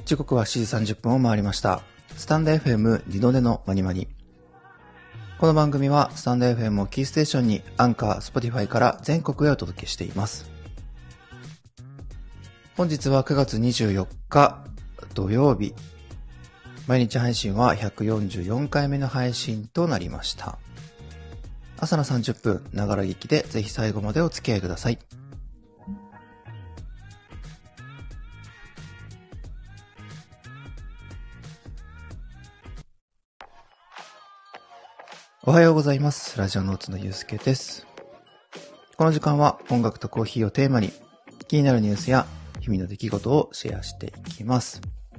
時刻は7時30分を回りました。スタンド FM 二度寝のマニマニ。この番組はスタンド FM をキーステーションにアンカー、Spotify から全国へお届けしています。本日は9月24日土曜日。毎日配信は144回目の配信となりました。朝の30分、ながら劇でぜひ最後までお付き合いください。おはようございます。ラジオノーツのゆうすけです。この時間は音楽とコーヒーをテーマに気になるニュースや日々の出来事をシェアしていきます。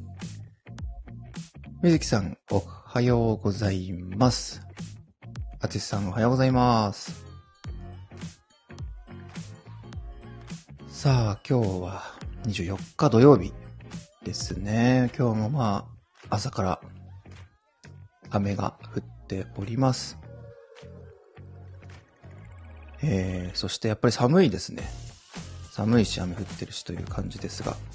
みずきさん、おはようございます。あつしさん、おはようございます。さあ、今日は24日土曜日ですね。今日も朝から雨が降っております。そしてやっぱり寒いですね。寒いし雨降ってるしという感じですが。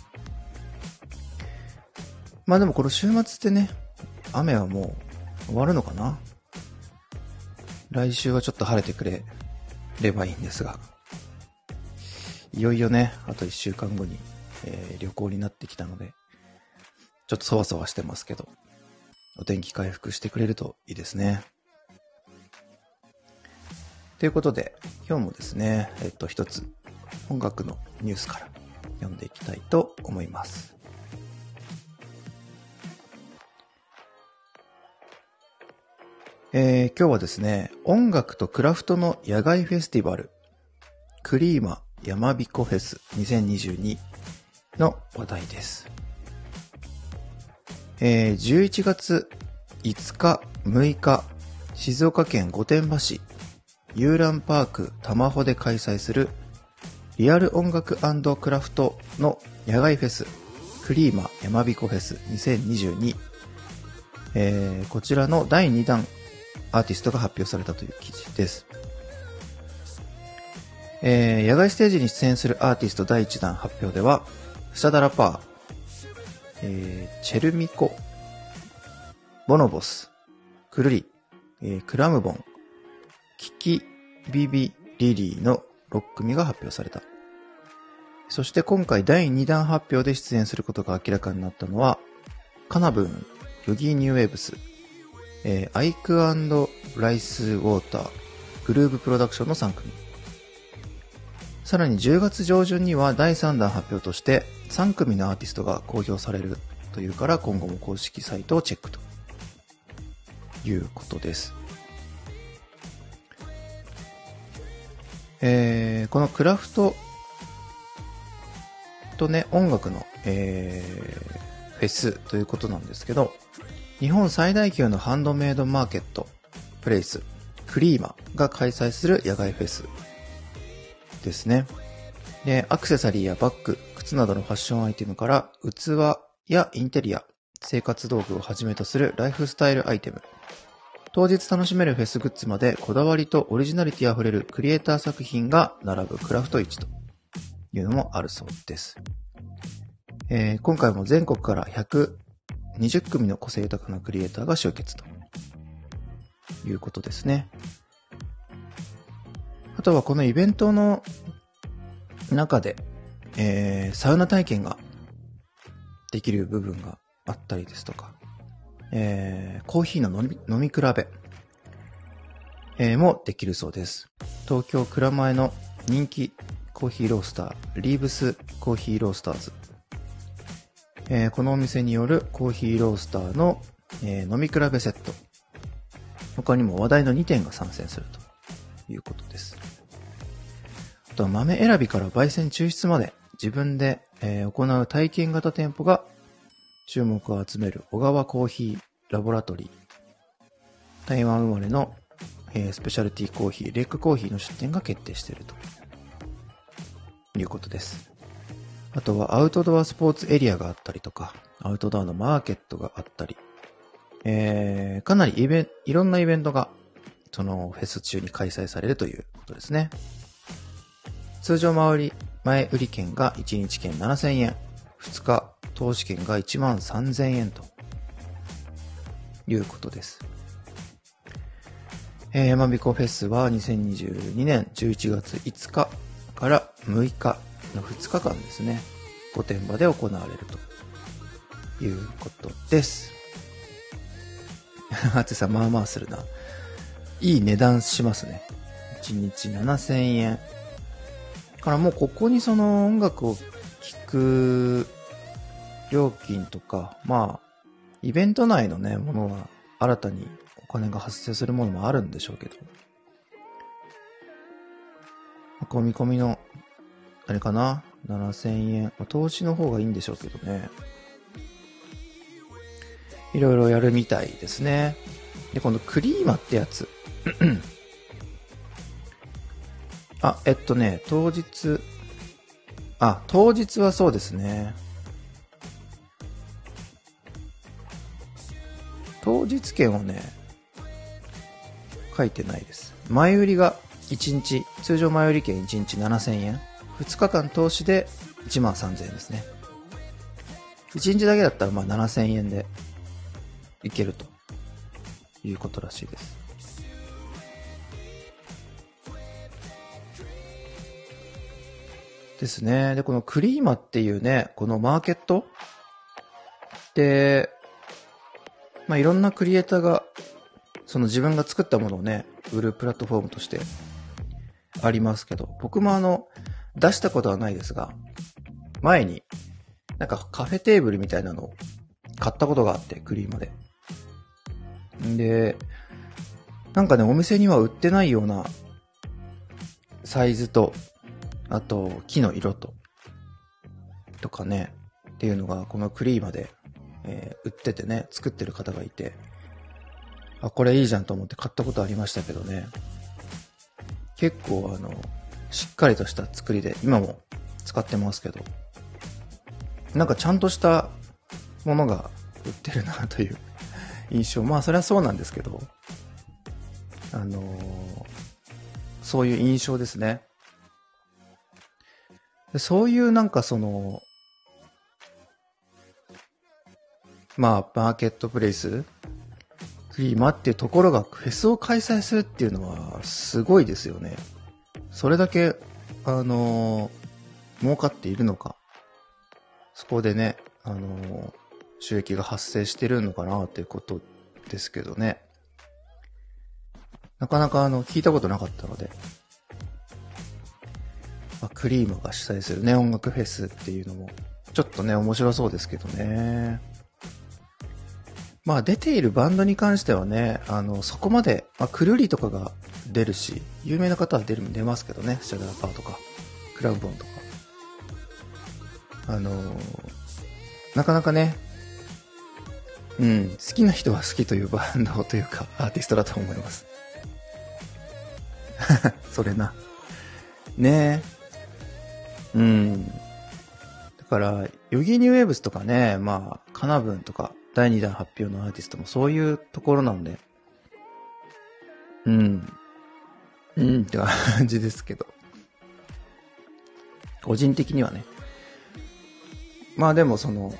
でもこの週末ってね、雨はもう終わるのかな？来週はちょっと晴れてくれればいいんですが。いよいよね、あと1週間後に、旅行になってきたので、ちょっとそわそわしてますけど、お天気回復してくれるといいですね。ということで、今日もですね、一つ音楽のニュースから読んでいきたいと思います。今日はですね、音楽とクラフトの野外フェスティバル、クリーマやまびこフェス2022の話題です。11月5日、6日、静岡県御殿場市遊覧パーク玉穂で開催するリアル音楽&クラフトの野外フェスクリーマやまびこフェス2022、こちらの第2弾アーティストが発表されたという記事です。野外ステージに出演するアーティスト第1弾発表ではスタダラパー、チェルミコ、ボノボス、クルリ、クラムボン、キキビビリリーの6組が発表された。そして今回第2弾発表で出演することが明らかになったのはカナブーン、ヨギーニューウェーブス、アイク&ライスウォーター、グルーブプロダクションの3組。さらに10月上旬には第3弾発表として3組のアーティストが公表されるというから今後も公式サイトをチェックということです。このクラフトとね、音楽の、フェスということなんですけど、日本最大級のハンドメイドマーケットプレイスクリーマが開催する野外フェスですね。で、アクセサリーやバッグ、靴などのファッションアイテムから器やインテリア、生活道具をはじめとするライフスタイルアイテム、当日楽しめるフェスグッズまでこだわりとオリジナリティあふれるクリエイター作品が並ぶクラフト市というのもあるそうです。今回も全国から120組の個性豊かなクリエイターが集結ということですね。あとはこのイベントの中で、サウナ体験ができる部分があったりですとか、コーヒーの飲み比べ、もできるそうです。東京蔵前の人気コーヒーロースター、リーブスコーヒーロースターズ。このお店によるコーヒーロースターの、飲み比べセット。他にも話題の2点が参戦するということです。あとは豆選びから焙煎抽出まで自分で、行う体験型店舗が注目を集める小川コーヒーラボラトリー。台湾生まれの、スペシャルティーコーヒー、レックコーヒーの出店が決定しているということです。あとはアウトドアスポーツエリアがあったりとか、アウトドアのマーケットがあったり、かなりいろんなイベントがそのフェス中に開催されるということですね。通常前売り券が1日券7000円、2日投資券が13,000円ということです。マミコフェスは2022年11月5日から6日の2日間ですね、御殿場で行われるということです。ハツさん、まあまあするな。いい値段しますね。1日7,000円。だからもうここにその音楽を聴く料金とか、まあ、イベント内のね、ものは新たにお金が発生するものもあるんでしょうけど。込み込みの、あれかな ?7,000 円。投資の方がいいんでしょうけどね。いろいろやるみたいですね。で、今度クリーマってやつ。当日はそうですね。当日券はね、書いてないです。前売りが1日、通常前売り券1日7,000円。2日間投資で13,000円ですね。1日だけだったらまあ7,000円でいけるということらしいです。ですね。で、このクリーマっていうね、このマーケットで、まあいろんなクリエイターがその自分が作ったものをね、売るプラットフォームとしてありますけど、僕も出したことはないですが、前になんかカフェテーブルみたいなのを買ったことがあって、クリーマで。で、なんかね、お店には売ってないようなサイズと、あと木の色とかね、っていうのがこのクリーマで、売っててね、作ってる方がいて、あ、これいいじゃんと思って買ったことありましたけどね。結構しっかりとした作りで、今も使ってますけど、なんかちゃんとしたものが売ってるなという印象。まあそれはそうなんですけど、そういう印象ですね。そういうなんかまあマーケットプレイス、クリーマっていうところがフェスを開催するっていうのはすごいですよね。それだけ儲かっているのか、そこでね収益が発生してるのかなっていうことですけどね。なかなか聞いたことなかったので、クリームが主催するね音楽フェスっていうのもちょっとね面白そうですけどね。まあ出ているバンドに関してはね、そこまで、クルリとかが出るし、有名な方は出ますけどね、シャダラパーとか、クラブボンとか。なかなかね、好きな人は好きというバンドというか、アーティストだと思います。それな。ねえ。だから、ヨギニューウェーブスとかね、まあ、カナブンとか、第2弾発表のアーティストもそういうところなんで、って感じですけど。個人的にはね。まあでも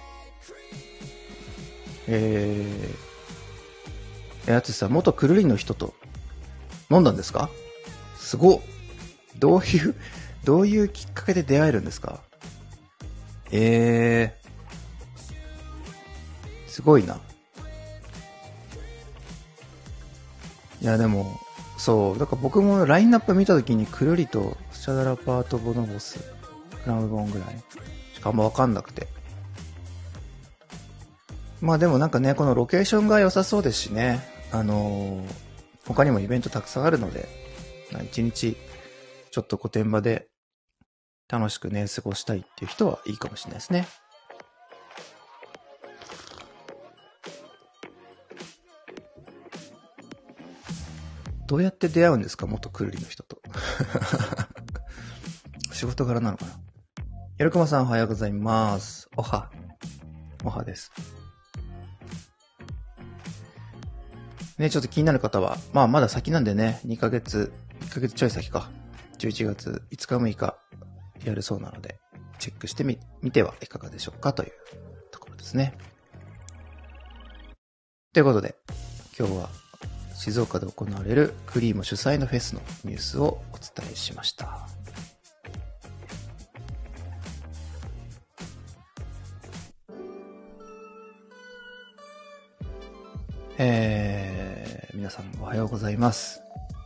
やつさ、元クルリの人と飲んだんですか？すごっ。どういうきっかけで出会えるんですか？すごいな。いやでも、そう、だから僕もラインナップ見たときにクルリとシャダラパーとボノボス、クラムボンぐらいしかあんまわかんなくて。まあでもなんかね、このロケーションが良さそうですしね。他にもイベントたくさんあるので、一日ちょっと御殿場で楽しくね、過ごしたいっていう人はいいかもしれないですね。どうやって出会うんですか、元クルリの人と。仕事柄なのかな。やるくまさんおはようございます。おはです。ね、ちょっと気になる方は、まあまだ先なんでね、1ヶ月ちょい先か。11月5日6日やるそうなので、チェックしてみてはいかがでしょうかというとですね。ということで、今日は静岡で行われるクリーモ主催のフェスのニュースをお伝えしました。皆さんおはようございます。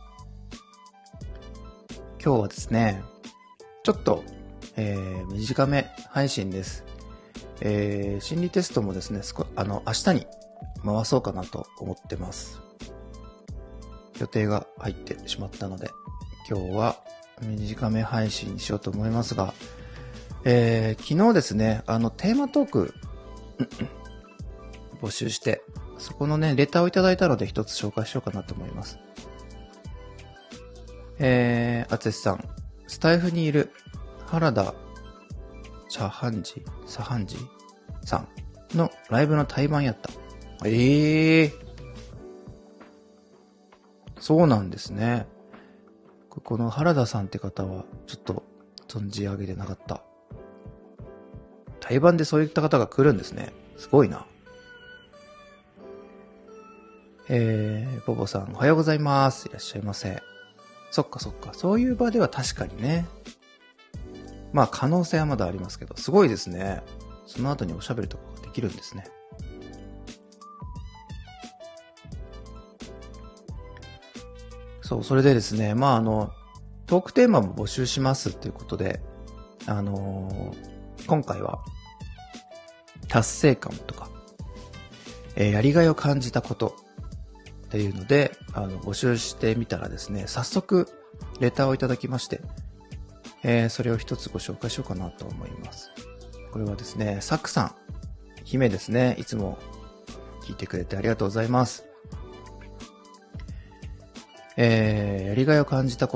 今日はですね、ちょっと、短め配信です。心理テストもですね、明日に回そうかなと思ってます。予定が入ってしまったので、今日は短め配信にしようと思いますが、昨日ですね、テーマトーク募集して、そこのね、レターをいただいたので一つ紹介しようかなと思います。あつしさん、スタイフにいる原田サハンジさんのライブの対バンやった。そうなんですね。この原田さんって方はちょっと存じ上げてなかった。対バンでそういった方が来るんですね。すごいな。ボボさんおはようございます。いらっしゃいませ。そっか。そういう場では確かにね。まあ可能性はまだありますけど、すごいですね。その後におしゃべりとかができるんですね。そう、それでですね、まあトークテーマも募集しますということで、今回は、達成感とか、やりがいを感じたことっていうので、募集してみたらですね、早速、レターをいただきまして、それを一つご紹介しようかなと思います。これはですね、サクさん、姫ですね、いつも聞いてくれてありがとうございます。やりがいを感じたこと、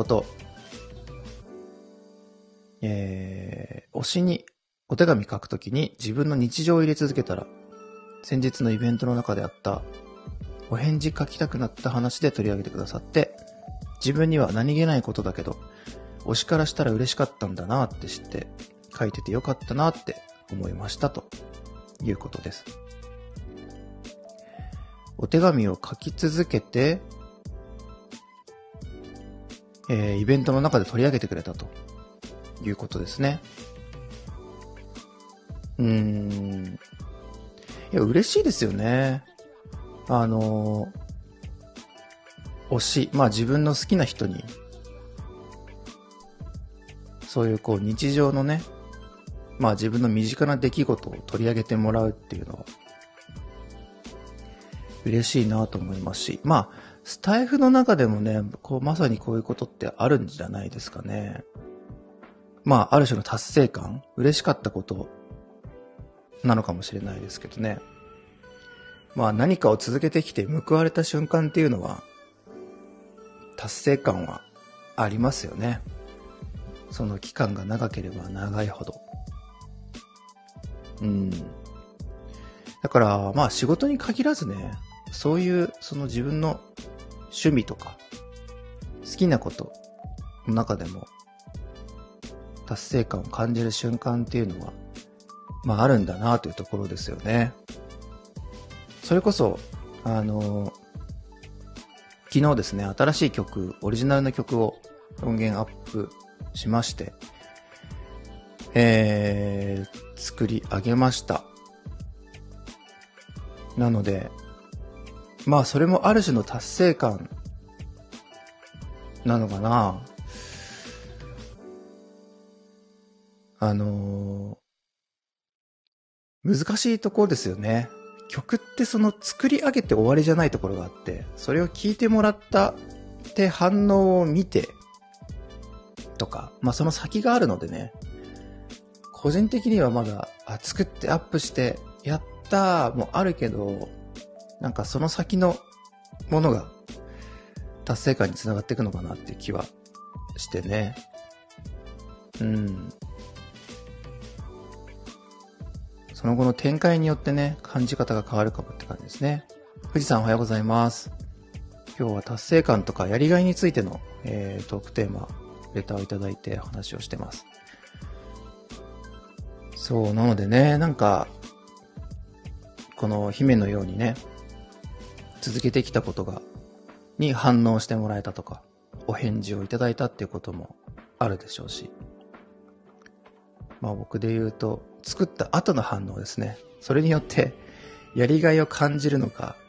推しにお手紙書くときに自分の日常を入れ続けたら、先日のイベントの中であったお返事書きたくなった話で取り上げてくださって、自分には何気ないことだけど、推しからしたら嬉しかったんだなって知って書いててよかったなって思いましたということです。お手紙を書き続けて、イベントの中で取り上げてくれたということですね。いや、嬉しいですよね。推し、まあ自分の好きな人に、そういう日常のね、まあ自分の身近な出来事を取り上げてもらうっていうのは、嬉しいなと思いますし、まあ、スタイフの中でもね、まさにこういうことってあるんじゃないですかね。まあ、ある種の達成感、嬉しかったことなのかもしれないですけどね。まあ、何かを続けてきて報われた瞬間っていうのは、達成感はありますよね。その期間が長ければ長いほど。だから、まあ仕事に限らずね、そういうその自分の趣味とか好きなことの中でも達成感を感じる瞬間っていうのは、まああるんだなというところですよね。それこそ、昨日ですね、新しい曲、オリジナルの曲を音源アップしまして、作り上げました。なので、まあそれもある種の達成感なのかな。難しいところですよね。曲ってその作り上げて終わりじゃないところがあって、それを聞いてもらったって反応を見てとか、まあその先があるのでね、個人的にはまだ作ってアップしてやったもあるけど、なんかその先のものが達成感につながっていくのかなっていう気はしてね。その後の展開によってね、感じ方が変わるかもって感じですね。富士山おはようございます。今日は達成感とかやりがいについての、トークテーマ、レターをいただいて話をしてます。そう、なのでね、なんか、 この姫のようにね、続けてきたことに反応してもらえたとか、お返事をいただいたっていうこともあるでしょうし、僕で言うと、作った後の反応ですね。それによって、やりがいを感じるのか、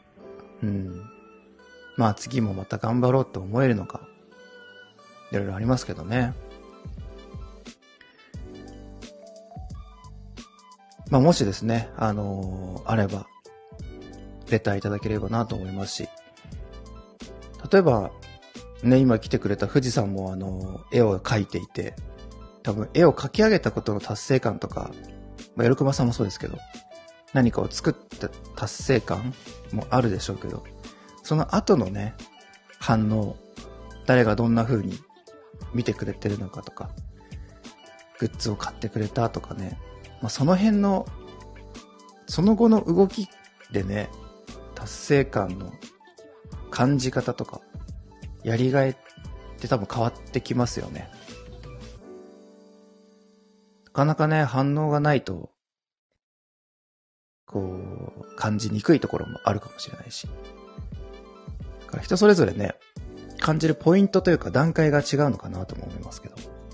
次もまた頑張ろうと思えるのか、いろいろありますけどね。もしですね、あれば、レターいただければなと思いますし、例えば、ね、今来てくれた富士山も絵を描いていて、多分絵を描き上げたことの達成感とか、よろくまさんもそうですけど、何かを作った達成感もあるでしょうけど、その後のね、反応、誰がどんな風に見てくれてるのかとか、グッズを買ってくれたとかね、その辺の、その後の動きでね、達成感の感じ方とか、やりがいって多分変わってきますよね。なかなかね、反応がないと、感じにくいところもあるかもしれないし。だから人それぞれね、感じるポイントというか段階が違うのかなとも思いますけど。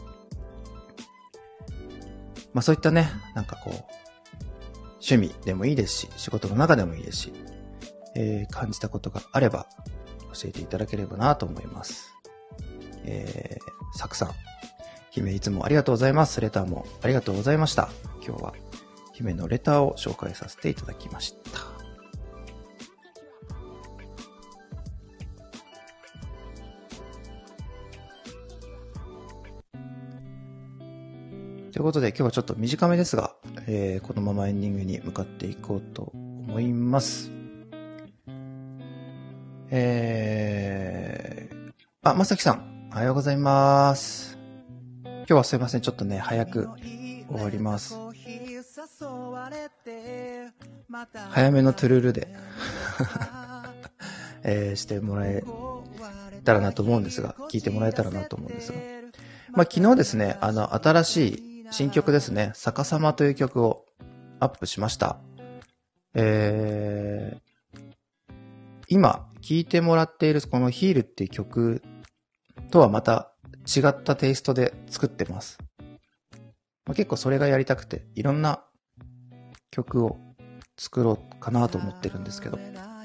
そういったね、趣味でもいいですし、仕事の中でもいいですし、感じたことがあれば教えていただければなと思います。サクさん、姫いつもありがとうございます。レターもありがとうございました。今日は姫のレターを紹介させていただきました。ということで今日はちょっと短めですが、このままエンディングに向かっていこうと思います。まさきさん、おはようございます。今日はすいません、ちょっとね、早く終わります。早めのトゥルルで、してもらえたらなと思うんですが、聞いてもらえたらなと思うんですが。昨日ですね、新しい新曲ですね、逆さまという曲をアップしました。今聴いてもらっているこのヒールっていう曲とはまた違ったテイストで作ってます。結構それがやりたくて、いろんな曲を作ろうかなと思ってるんですけど、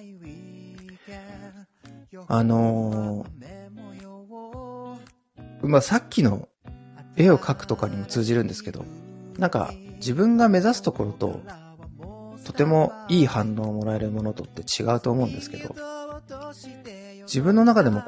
さっきの絵を描くとかにも通じるんですけど、自分が目指すところととてもいい反応をもらえるものとって違うと思うんですけど、自分の中でも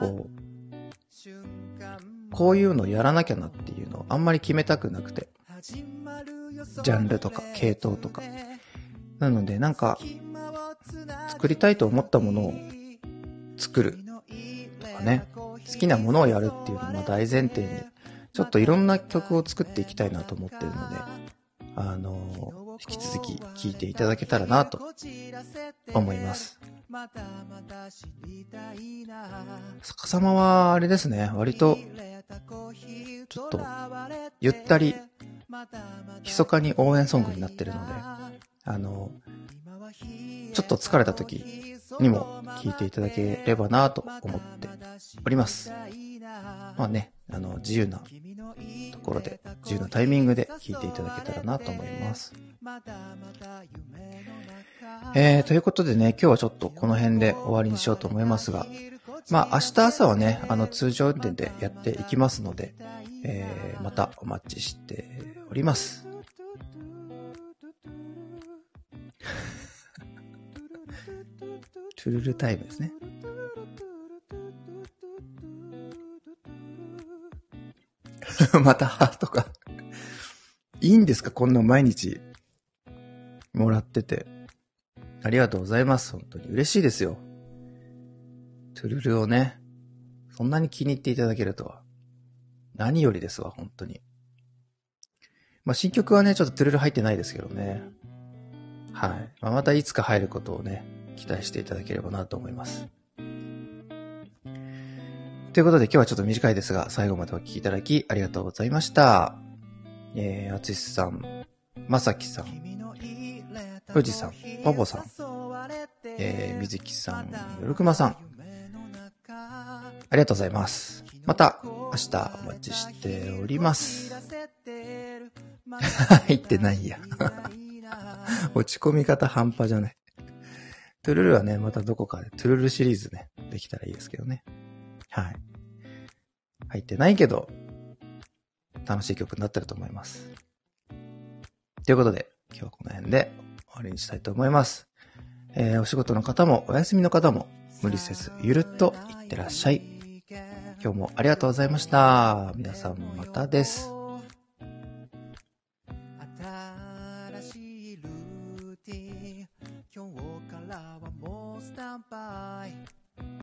こういうのやらなきゃなっていうのをあんまり決めたくなくて、ジャンルとか系統とかなので、作りたいと思ったものを作るとかね、好きなものをやるっていうのを大前提にちょっといろんな曲を作っていきたいなと思ってるので、引き続き聴いていただけたらなと思います。逆さまはあれですね、割とちょっとゆったり密かに応援ソングになってるので、ちょっと疲れた時にも聴いていただければなと思っております。自由なところで、自由なタイミングで聴いていただけたらなと思います。ということでね、今日はちょっとこの辺で終わりにしようと思いますが、明日朝はね、通常運転でやっていきますので、またお待ちしております。トゥルルタイムですね。またハートがいいんですか、こんな毎日もらってて。ありがとうございます。本当に嬉しいですよ。トゥルルをね、そんなに気に入っていただけるとは。何よりですわ、本当に。新曲はね、ちょっとトゥルル入ってないですけどね。はい。またいつか入ることをね、期待していただければなと思います。ということで今日はちょっと短いですが、最後までお聞きいただきありがとうございました。あつしさん、まさきさん、 富士さん、パポさん、水木さん、よるくまさん、ありがとうございます。また明日お待ちしております。入ってないや。落ち込み方半端じゃない。トゥルルはね、またどこかでトゥルルシリーズね、できたらいいですけどね。はい。入ってないけど、楽しい曲になってると思います。ということで、今日はこの辺で終わりにしたいと思います。お仕事の方もお休みの方も無理せずゆるっといってらっしゃい。今日もありがとうございました。皆さんまたです。